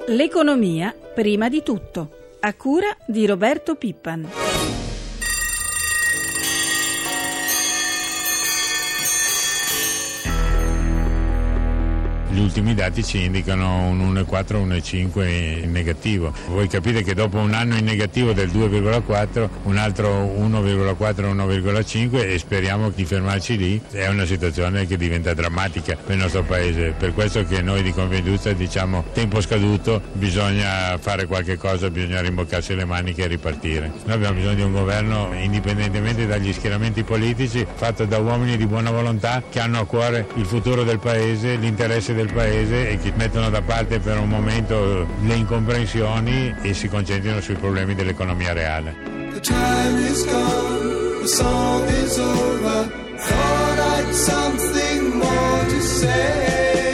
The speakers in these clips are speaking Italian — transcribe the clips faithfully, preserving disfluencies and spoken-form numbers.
L'economia prima di tutto, a cura di Roberto Pippan. Gli ultimi dati ci indicano un uno virgola quattro uno virgola cinque in negativo. Voi capite che dopo un anno in negativo del due virgola quattro, un altro uno virgola quattro uno virgola cinque, e speriamo di fermarci lì. È una situazione che diventa drammatica per il nostro paese. Per questo che noi di Confindustria diciamo tempo scaduto, bisogna fare qualche cosa, bisogna rimboccarsi le maniche e ripartire. Noi abbiamo bisogno di un governo, indipendentemente dagli schieramenti politici, fatto da uomini di buona volontà che hanno a cuore il futuro del paese, l'interesse del paese, e che mettono da parte per un momento le incomprensioni e si concentrino sui problemi dell'economia reale. The time is gone, the song is over, thought I'd something more to say.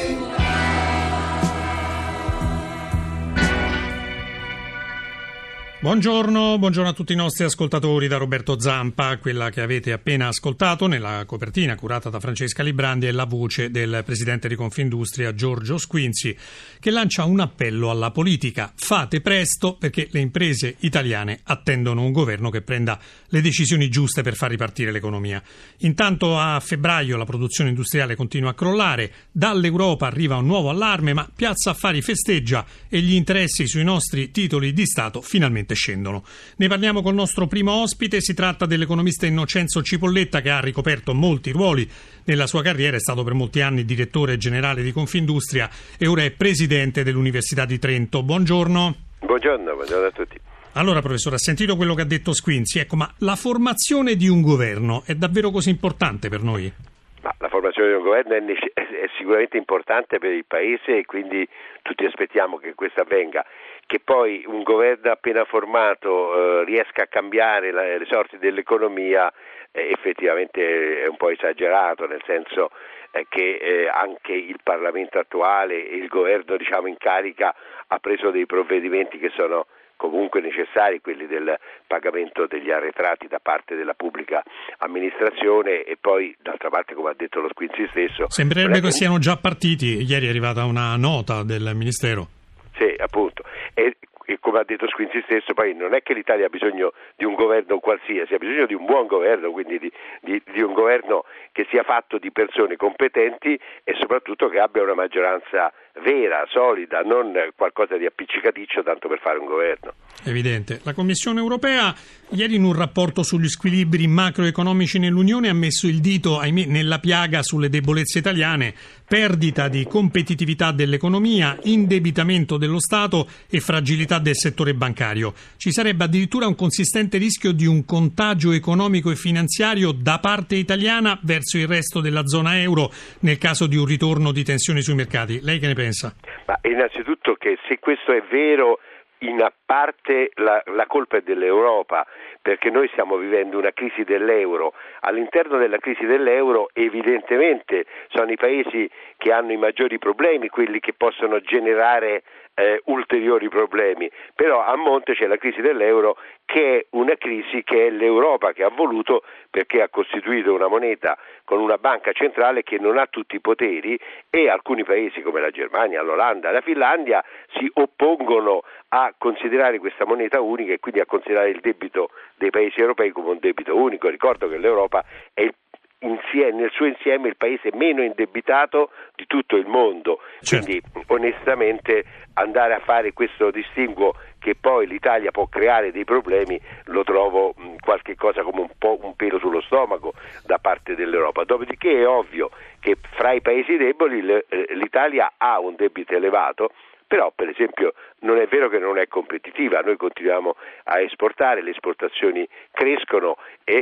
Buongiorno, buongiorno a tutti i nostri ascoltatori da Roberto Zampa. Quella che avete appena ascoltato nella copertina curata da Francesca Librandi è la voce del presidente di Confindustria Giorgio Squinzi, che lancia un appello alla politica: fate presto, perché le imprese italiane attendono un governo che prenda le decisioni giuste per far ripartire l'economia. Intanto a febbraio la produzione industriale continua a crollare, dall'Europa arriva un nuovo allarme, ma Piazza Affari festeggia e gli interessi sui nostri titoli di Stato finalmente scendono. Ne parliamo col nostro primo ospite. Si tratta dell'economista Innocenzo Cipolletta, che ha ricoperto molti ruoli nella sua carriera. È stato per molti anni direttore generale di Confindustria e ora è presidente dell'Università di Trento. Buongiorno. Buongiorno, buongiorno a tutti. Allora, professore, ha sentito quello che ha detto Squinzi. Ecco, ma la formazione di un governo è davvero così importante per noi? Ma la formazione di un governo è, è sicuramente importante per il Paese, e quindi tutti aspettiamo che questo avvenga. Che poi un governo appena formato eh, riesca a cambiare la, le sorti dell'economia eh, effettivamente è un po' esagerato, nel senso eh, che eh, anche il Parlamento attuale e il governo diciamo in carica ha preso dei provvedimenti che sono comunque necessari, quelli del pagamento degli arretrati da parte della pubblica amministrazione, e poi d'altra parte, come ha detto lo Squinzi stesso, sembrerebbe che che siano già partiti. Ieri è arrivata una nota del Ministero. Sì, appunto. E, e come ha detto Squinzi stesso, poi non è che l'Italia ha bisogno di un governo qualsiasi, ha bisogno di un buon governo, quindi di, di, di un governo che sia fatto di persone competenti e soprattutto che abbia una maggioranza vera, solida, non qualcosa di appiccicaticcio tanto per fare un governo. Evidente. La Commissione europea ieri in un rapporto sugli squilibri macroeconomici nell'Unione ha messo il dito, ahimè, nella piaga sulle debolezze italiane: perdita di competitività dell'economia, indebitamento dello Stato e fragilità del settore bancario. Ci sarebbe addirittura un consistente rischio di un contagio economico e finanziario da parte italiana verso il resto della zona euro nel caso di un ritorno di tensioni sui mercati. Lei che ne pensa? Ma innanzitutto che se questo è vero, in parte la, la colpa è dell'Europa, perché noi stiamo vivendo una crisi dell'euro. All'interno della crisi dell'euro evidentemente sono i paesi che hanno i maggiori problemi quelli che possono generare eh, ulteriori problemi, però a monte c'è la crisi dell'euro, che è una crisi che è l'Europa che ha voluto, perché ha costituito una moneta con una banca centrale che non ha tutti i poteri, e alcuni paesi come la Germania, l'Olanda, la Finlandia si oppongono a considerare questa moneta unica e quindi a considerare il debito dei paesi europei come un debito unico. Ricordo che l'Europa è il Insieme, nel suo insieme il paese meno indebitato di tutto il mondo, certo. Quindi onestamente andare a fare questo distinguo che poi l'Italia può creare dei problemi lo trovo mh, qualche cosa come un po' un pelo sullo stomaco da parte dell'Europa. Dopodiché è ovvio che fra i paesi deboli le, eh, l'Italia ha un debito elevato, però per esempio non è vero che non è competitiva, noi continuiamo a esportare, le esportazioni crescono e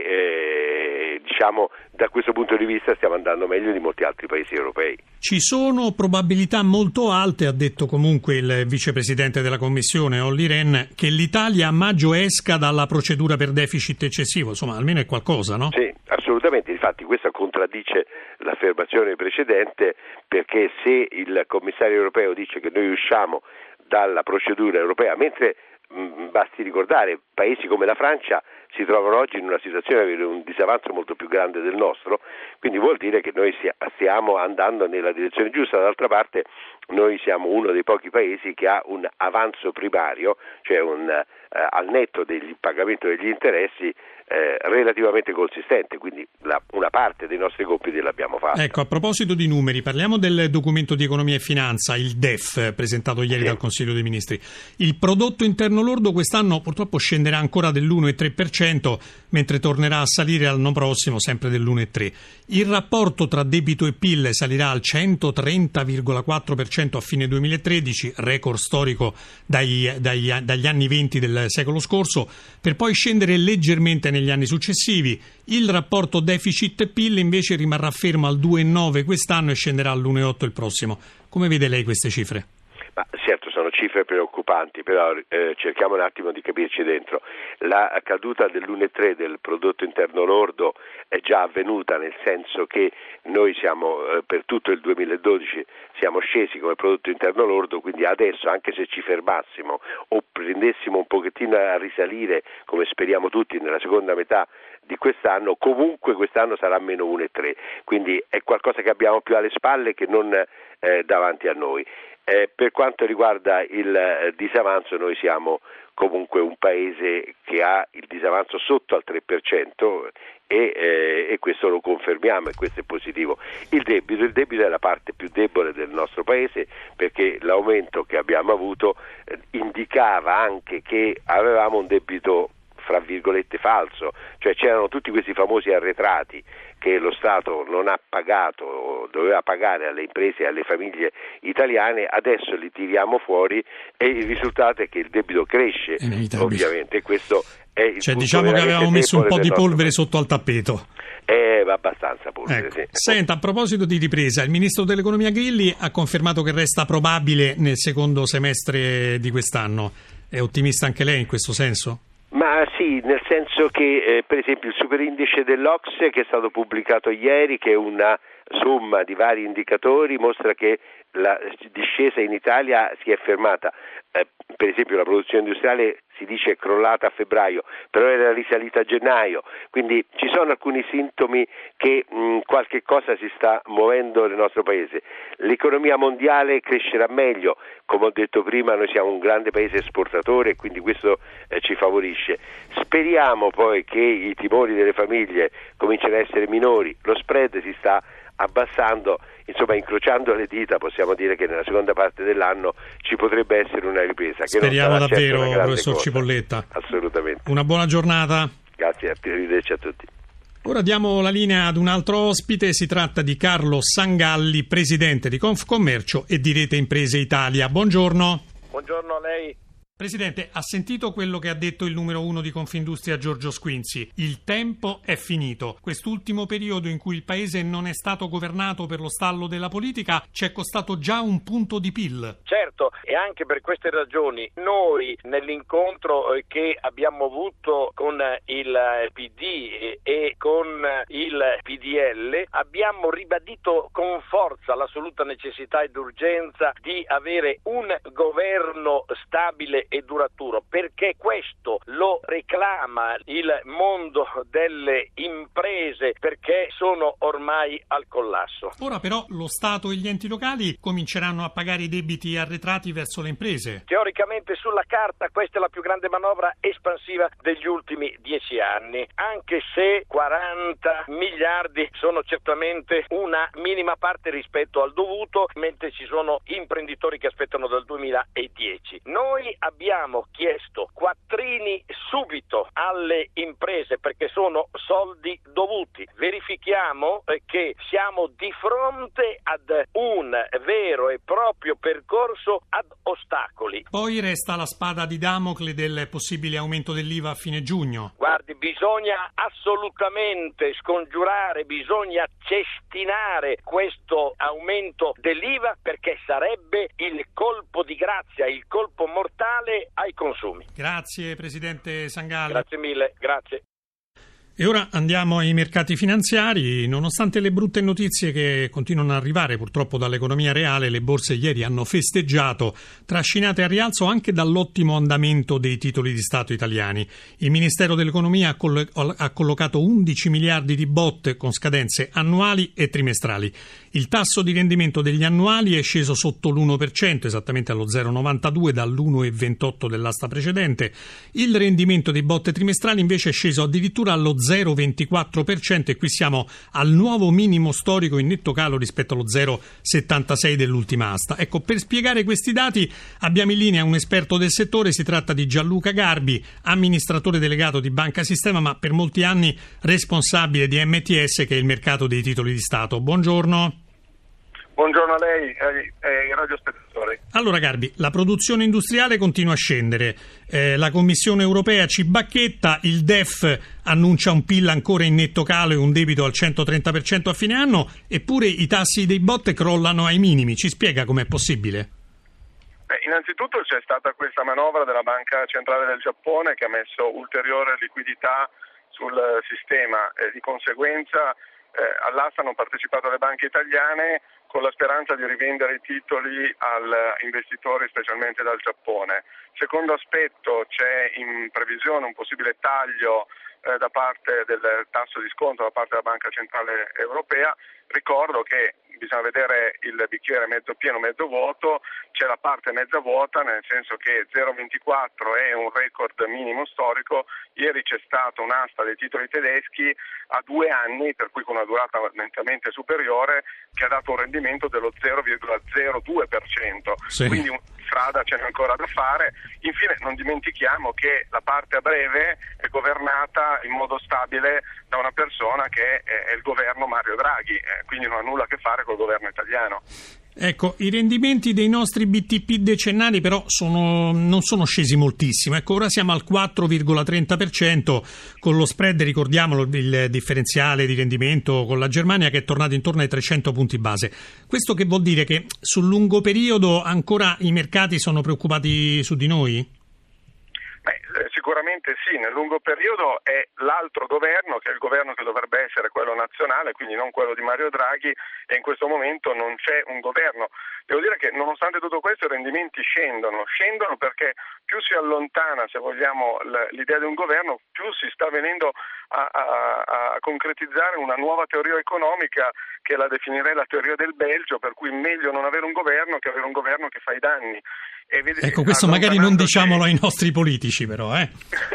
eh, diciamo da questo punto di vista stiamo andando meglio di molti altri paesi europei. Ci sono probabilità molto alte, ha detto comunque il vicepresidente della Commissione Olli Rehn, che l'Italia a maggio esca dalla procedura per deficit eccessivo, insomma almeno è qualcosa, no? Sì, assolutamente, infatti questo contraddice l'affermazione precedente, perché se il commissario europeo dice che noi usciamo dalla procedura europea, mentre mh, basti ricordare paesi come la Francia si trovano oggi in una situazione di avere un disavanzo molto più grande del nostro, quindi vuol dire che noi stiamo andando nella direzione giusta. D'altra parte noi siamo uno dei pochi paesi che ha un avanzo primario, cioè un eh, al netto del pagamento degli interessi eh, relativamente consistente, quindi la, una parte dei nostri compiti l'abbiamo fatta. Ecco, a proposito di numeri, parliamo del documento di economia e finanza, il D E F, presentato ieri sì. dal Consiglio dei Ministri. Il prodotto interno lordo quest'anno purtroppo scenderà ancora dell'uno virgola tre per cento, mentre tornerà a salire l'anno prossimo sempre dell'uno virgola tre per cento. Il rapporto tra debito e P I L salirà al centotrenta virgola quattro per cento a fine duemilatredici, record storico dai, dai, dagli anni venti del secolo scorso, per poi scendere leggermente negli anni successivi. Il rapporto deficit-P I L invece rimarrà fermo al due virgola nove quest'anno e scenderà all'uno virgola otto il prossimo. Come vede lei queste cifre? Ma certo, sono cifre preoccupanti, però eh, cerchiamo un attimo di capirci dentro. La caduta dell'uno virgola tre del prodotto interno lordo è già avvenuta, nel senso che noi siamo eh, per tutto il duemiladodici siamo scesi come prodotto interno lordo, quindi adesso, anche se ci fermassimo o prendessimo un pochettino a risalire, come speriamo tutti, nella seconda metà di quest'anno, comunque quest'anno sarà meno uno virgola tre, quindi è qualcosa che abbiamo più alle spalle che non eh, davanti a noi. Eh, per quanto riguarda il eh, disavanzo, noi siamo comunque un paese che ha il disavanzo sotto al tre per cento e, eh, e questo lo confermiamo e questo è positivo. Il debito, il debito è la parte più debole del nostro paese, perché l'aumento che abbiamo avuto eh, indicava anche che avevamo un debito fra virgolette falso, cioè c'erano tutti questi famosi arretrati che lo Stato non ha pagato, doveva pagare alle imprese e alle famiglie italiane, adesso li tiriamo fuori e il risultato è che il debito cresce, ovviamente, e questo è il cioè punto diciamo che avevamo messo un po' di polvere sotto al tappeto. Eh, abbastanza polvere, ecco. sì. Senta, a proposito di ripresa, il ministro dell'economia Grilli ha confermato che resta probabile nel secondo semestre di quest'anno. È ottimista anche lei in questo senso? Ma sì, nel senso che eh, per esempio il superindice dell'O C S E che è stato pubblicato ieri, che è una somma di vari indicatori, mostra che la discesa in Italia si è fermata. Eh, per esempio la produzione industriale si dice è crollata a febbraio, però era risalita a gennaio, quindi ci sono alcuni sintomi che mh, qualche cosa si sta muovendo nel nostro paese. L'economia mondiale crescerà meglio, come ho detto prima noi siamo un grande paese esportatore e quindi questo eh, ci favorisce. Speriamo poi che i timori delle famiglie cominciano a essere minori, lo spread si sta abbassando, insomma incrociando le dita possiamo dire che nella seconda parte dell'anno ci potrebbe essere una ripresa. Che speriamo non sarà davvero, certo professor cosa. Cipolletta. Assolutamente. Una buona giornata. Grazie, arrivederci a tutti. Ora diamo la linea ad un altro ospite, si tratta di Carlo Sangalli, presidente di Confcommercio e di Rete Imprese Italia. Buongiorno. Buongiorno a lei. Presidente, ha sentito quello che ha detto il numero uno di Confindustria Giorgio Squinzi? Il tempo è finito. Quest'ultimo periodo in cui il paese non è stato governato per lo stallo della politica ci è costato già un punto di P I L. Certo, e anche per queste ragioni noi nell'incontro che abbiamo avuto con il P D e con il P D L abbiamo ribadito con forza l'assoluta necessità ed urgenza di avere un governo stabile e duraturo, perché questo lo reclama il mondo delle imprese, perché sono ormai al collasso. Ora però lo Stato e gli enti locali cominceranno a pagare i debiti arretrati verso le imprese. Teoricamente sulla carta questa è la più grande manovra espansiva degli ultimi dieci anni, anche se quaranta miliardi sono certamente una minima parte rispetto al dovuto, mentre ci sono imprenditori che aspettano dal duemiladieci. Noi abbiamo Abbiamo chiesto quattrini subito alle imprese perché sono soldi dovuti. Verifichiamo che siamo di fronte ad un vero e proprio percorso ad ostacoli. Poi resta la spada di Damocle del possibile aumento dell'I V A a fine giugno. Guardi, bisogna assolutamente scongiurare, bisogna cestinare questo aumento dell'I V A perché sarebbe il colpo di grazia, il colpo mortale ai consumi. Grazie Presidente Sangalli. Grazie mille, grazie. E ora andiamo ai mercati finanziari. Nonostante le brutte notizie che continuano ad arrivare purtroppo dall'economia reale, le borse ieri hanno festeggiato, trascinate a rialzo anche dall'ottimo andamento dei titoli di Stato italiani. Il Ministero dell'Economia ha, coll- ha collocato undici miliardi di bot con scadenze annuali e trimestrali. Il tasso di rendimento degli annuali è sceso sotto l'uno per cento, esattamente allo zero virgola novantadue dall'uno virgola ventotto dell'asta precedente. Il rendimento dei bot trimestrali invece è sceso addirittura allo zero virgola ventiquattro per cento e qui siamo al nuovo minimo storico in netto calo rispetto allo zero virgola settantasei dell'ultima asta. Ecco, per spiegare questi dati abbiamo in linea un esperto del settore, si tratta di Gianluca Garbi, amministratore delegato di Banca Sistema, ma per molti anni responsabile di M T S, che è il mercato dei titoli di Stato. Buongiorno. Buongiorno a lei e ai radiospettatori. Allora Garbi, la produzione industriale continua a scendere, eh, la Commissione europea ci bacchetta, il D E F annuncia un P I L ancora in netto calo e un debito al centotrenta per cento a fine anno, eppure i tassi dei bot crollano ai minimi. Ci spiega com'è possibile? Beh, innanzitutto c'è stata questa manovra della Banca Centrale del Giappone che ha messo ulteriore liquidità sul sistema e di conseguenza eh, all'asta hanno partecipato le banche italiane con la speranza di rivendere i titoli agli investitori, specialmente dal Giappone. Secondo aspetto, c'è in previsione un possibile taglio eh, da parte del tasso di sconto da parte della Banca Centrale Europea. Ricordo che bisogna vedere il bicchiere mezzo pieno, mezzo vuoto. C'è la parte mezza vuota, nel senso che zero virgola ventiquattro è un record minimo storico. Ieri c'è stata un'asta dei titoli tedeschi a due anni, per cui con una durata nettamente superiore, che ha dato un rendimento dello zero virgola zero due per cento. Sì. Quindi strada ce n'è ancora da fare. Infine non dimentichiamo che la parte a breve è governata in modo stabile da una persona che è il governo Mario Draghi, eh, quindi non ha nulla a che fare col governo italiano. Ecco, i rendimenti dei nostri B T P decennali però sono, non sono scesi moltissimo. Ecco, ora siamo al quattro virgola trenta per cento con lo spread, ricordiamolo, il differenziale di rendimento con la Germania che è tornato intorno ai trecento punti base. Questo che vuol dire che sul lungo periodo ancora i mercati sono preoccupati su di noi? Beh, sicuramente sì, nel lungo periodo è l'altro governo, che è il governo che dovrebbe essere quello nazionale, quindi non quello di Mario Draghi, e in questo momento non c'è un governo. Devo dire che nonostante tutto questo i rendimenti scendono, scendono perché più si allontana, se vogliamo, l'idea di un governo, più si sta venendo a, a, a concretizzare una nuova teoria economica che la definirei la teoria del Belgio, per cui meglio non avere un governo che avere un governo che fa i danni. E vedi, ecco, questo magari non diciamolo ai nostri politici però, eh?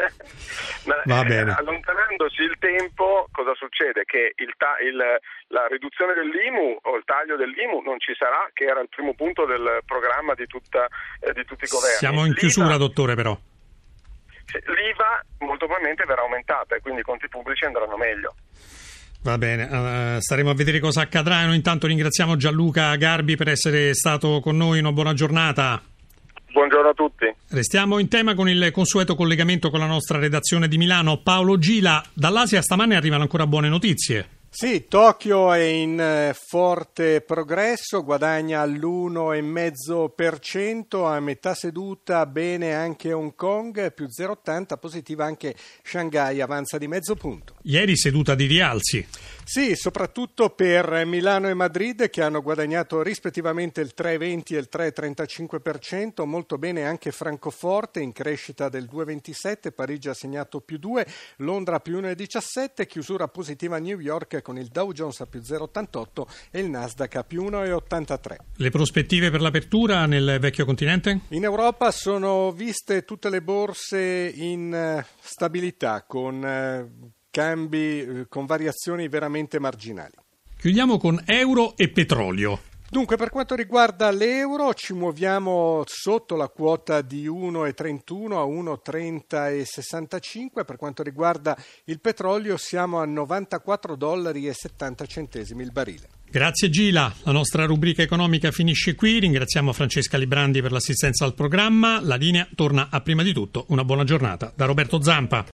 Va bene. Eh, allontanandosi il tempo, cosa succede? Che il ta- il, la riduzione dell'I M U o il taglio dell'I M U non ci sarà, che era il primo punto del programma di, tutta, eh, di tutti i governi. Siamo in chiusura, L'I V A, dottore, però. L'I V A molto probabilmente verrà aumentata e quindi i conti pubblici andranno meglio. Va bene, uh, staremo a vedere cosa accadrà. Noi intanto ringraziamo Gianluca Garbi per essere stato con noi. Una buona giornata. Buongiorno a tutti. Restiamo in tema con il consueto collegamento con la nostra redazione di Milano. Paolo Gila, dall'Asia stamane arrivano ancora buone notizie. Sì, Tokyo è in forte progresso, guadagna l'uno virgola cinque per cento, a metà seduta bene anche Hong Kong, più zero virgola ottanta, positiva anche Shanghai, avanza di mezzo punto. Ieri seduta di rialzi. Sì, soprattutto per Milano e Madrid che hanno guadagnato rispettivamente il tre virgola venti e il tre virgola trentacinque per cento, molto bene anche Francoforte in crescita del due virgola ventisette, Parigi ha segnato più due, Londra più uno virgola diciassette, chiusura positiva a New York con il Dow Jones a più zero virgola ottantotto e il Nasdaq a più uno virgola ottantatré. Le prospettive per l'apertura nel vecchio continente? In Europa sono viste tutte le borse in stabilità, con cambi, con variazioni veramente marginali. Chiudiamo con euro e petrolio. Dunque, per quanto riguarda l'euro, ci muoviamo sotto la quota di uno virgola trentuno a uno virgola trenta e sessantacinque. Per quanto riguarda il petrolio, siamo a novantaquattro dollari e settanta centesimi il barile. Grazie Gila, la nostra rubrica economica finisce qui. Ringraziamo Francesca Librandi per l'assistenza al programma. La linea torna a Prima di Tutto. Una buona giornata da Roberto Zampa.